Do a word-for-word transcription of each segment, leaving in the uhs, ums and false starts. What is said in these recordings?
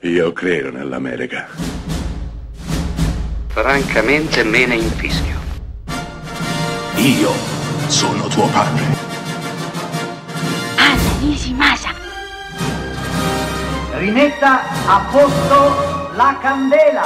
Io credo nell'America. Francamente me ne infischio. Io sono tuo padre. Anna Nishimasa. Rimetta a posto la candela.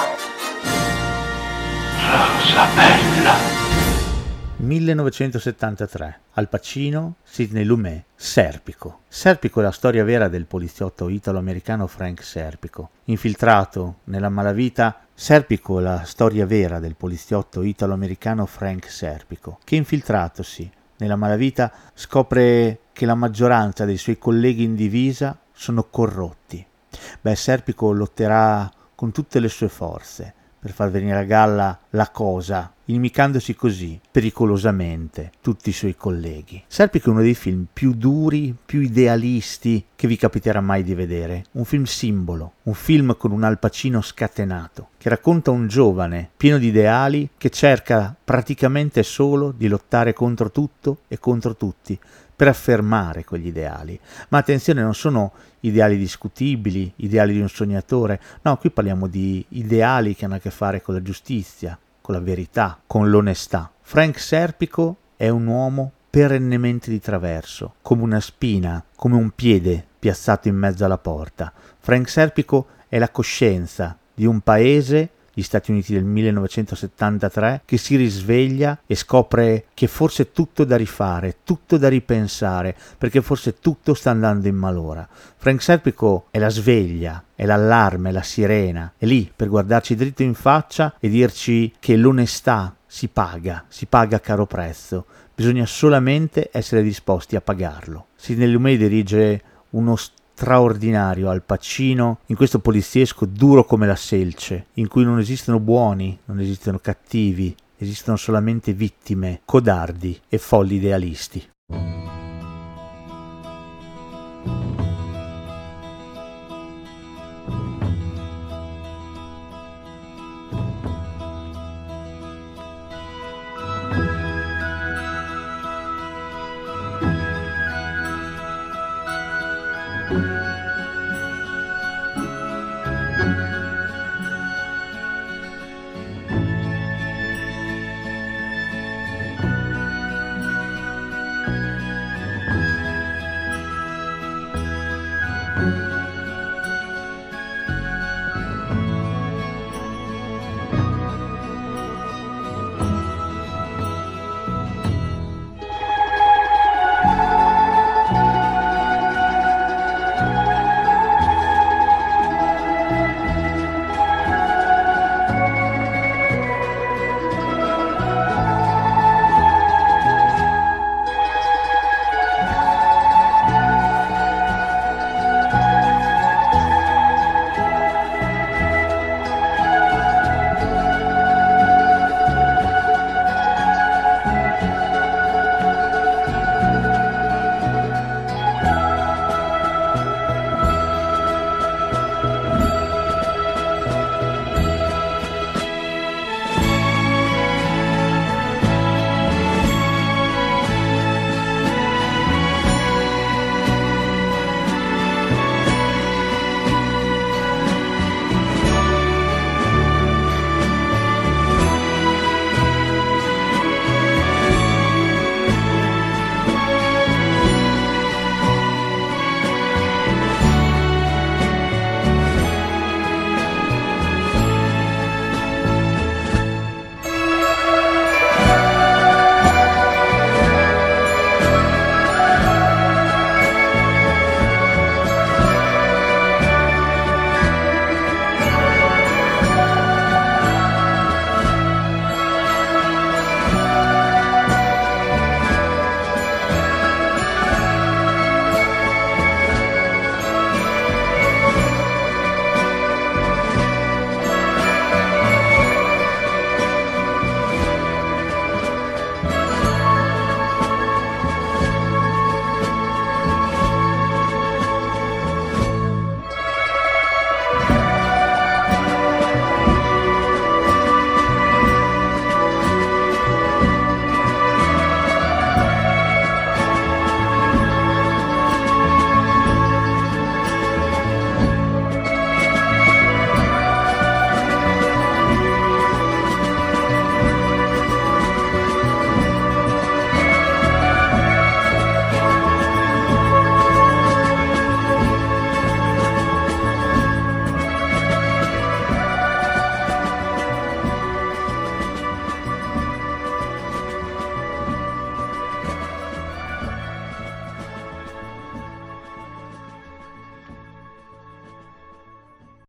Rosa bella. millenovecentosettantatré. Al Pacino, Sidney Lumet, Serpico. Serpico è la storia vera del poliziotto italo-americano Frank Serpico. Infiltrato nella malavita, Serpico è la storia vera del poliziotto italo-americano Frank Serpico, che infiltratosi nella malavita scopre che la maggioranza dei suoi colleghi in divisa sono corrotti. Beh, Serpico lotterà con tutte le sue forze per far venire a galla la cosa, inimicandosi così pericolosamente tutti i suoi colleghi. Serpico è uno dei film più duri, più idealisti che vi capiterà mai di vedere. Un film simbolo, un film con un Al Pacino scatenato, che racconta un giovane pieno di ideali che cerca praticamente solo di lottare contro tutto e contro tutti per affermare quegli ideali. Ma attenzione, non sono ideali discutibili, ideali di un sognatore, no, qui parliamo di ideali che hanno a che fare con la giustizia, con la verità, con l'onestà. Frank Serpico è un uomo perennemente di traverso, come una spina, come un piede piazzato in mezzo alla porta. Frank Serpico è la coscienza di un paese, gli Stati Uniti del millenovecentosettantatré, che si risveglia e scopre che forse è tutto da rifare, tutto da ripensare, perché forse tutto sta andando in malora. Frank Serpico è la sveglia, è l'allarme, è la sirena, è lì per guardarci dritto in faccia e dirci che l'onestà si paga, si paga a caro prezzo, bisogna solamente essere disposti a pagarlo. Sidney Lumet dirige uno straordinario Al Pacino in questo poliziesco duro come la selce, in cui non esistono buoni, non esistono cattivi, esistono solamente vittime, codardi e folli idealisti.